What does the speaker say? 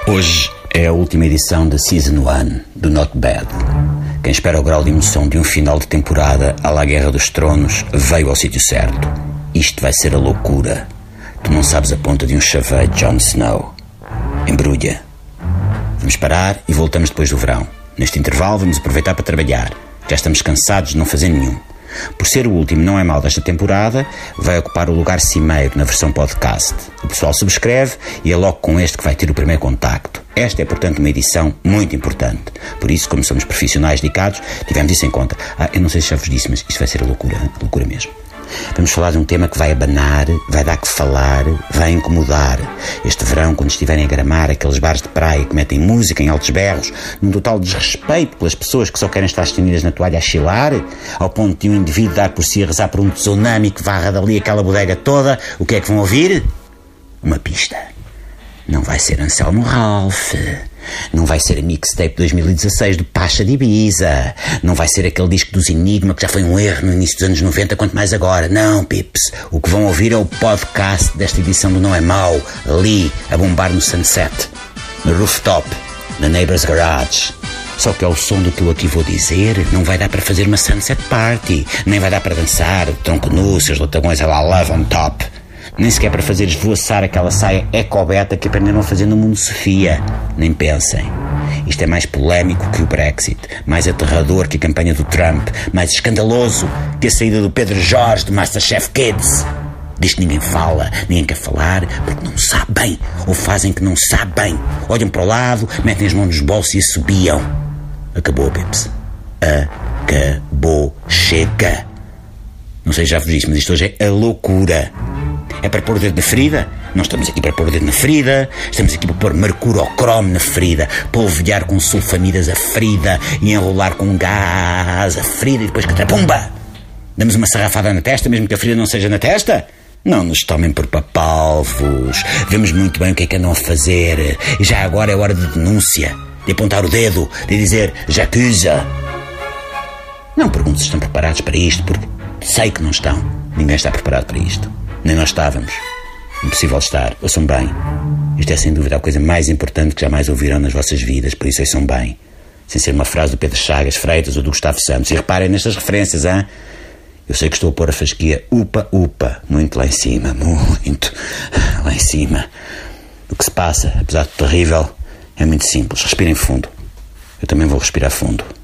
Hoje é a última edição da Season 1 do Not Bad. Quem espera o grau de emoção de um final de temporada à la Guerra dos Tronos veio ao sítio certo. Isto vai ser a loucura. Tu não sabes a ponta de um chaveiro de Jon Snow. Embrulha. Vamos parar e voltamos depois do verão. Neste intervalo vamos aproveitar para trabalhar. Já estamos cansados de não fazer nenhum. Por ser o último não é mal desta temporada, vai ocupar o lugar cimeiro na versão podcast. O pessoal subscreve e é logo com este que vai ter o primeiro contacto. Esta é, portanto, uma edição muito importante. Por isso, como somos profissionais dedicados, tivemos isso em conta. Eu não sei se já vos disse, mas isto vai ser a loucura mesmo. Vamos falar de um tema que vai abanar, vai dar que falar, vai incomodar. Este verão, quando estiverem a gramar aqueles bares de praia que metem música em altos berros, num total desrespeito pelas pessoas que só querem estar estendidas na toalha a chilar, ao ponto de um indivíduo dar por si a rezar por um tsunami que varra dali aquela bodega toda, o que é que vão ouvir? Uma pista. Não vai ser Anselmo Ralph. Não vai ser a mixtape 2016 do Pacha de Ibiza. Não vai ser aquele disco dos Enigma que já foi um erro no início dos anos 90, quanto mais agora. Não, pips. O que vão ouvir é o podcast desta edição do Não É Mau, ali, a bombar no Sunset, no rooftop, na Neighbor's Garage. Só que ao som do que eu aqui vou dizer, não vai dar para fazer uma Sunset Party, nem vai dar para dançar, tronco nu, seus latagões a la Love on Top. Nem sequer para fazer esvoaçar aquela saia ecobeta que aprenderam a fazer no Mundo Sofia. Nem pensem. Isto é mais polémico que o Brexit, mais aterrador que a campanha do Trump, mais escandaloso que a saída do Pedro Jorge do MasterChef Kids. Disto ninguém fala, ninguém quer falar, porque não sabem, ou fazem que não sabem. Olham para o lado, metem as mãos nos bolsos e assobiam. Acabou, Pips. Acabou. Chega. Não sei se já vos disse, mas isto hoje é a loucura. É para pôr o dedo na ferida? Não estamos aqui para pôr o dedo na ferida. Estamos aqui para pôr mercurocromo na ferida, polvilhar com sulfamidas a ferida e enrolar com gás a ferida e depois catrapumba! Damos uma sarrafada na testa, mesmo que a ferida não seja na testa? Não nos tomem por papalvos. Vemos muito bem o que andam a fazer. E já agora é hora de denúncia, de apontar o dedo, de dizer "J'accuse". Não pergunto se estão preparados para isto, porque sei que não estão. Ninguém está preparado para isto. Nem nós estávamos. Impossível estar. Ouçam bem. Isto é sem dúvida a coisa mais importante que jamais ouviram nas vossas vidas, por isso ouçam bem. Sem ser uma frase do Pedro Chagas Freitas ou do Gustavo Santos. E reparem nestas referências, hein? Eu sei que estou a pôr a fasquia upa, muito lá em cima, muito lá em cima. O que se passa, apesar de terrível, é muito simples. Respirem fundo. Eu também vou respirar fundo.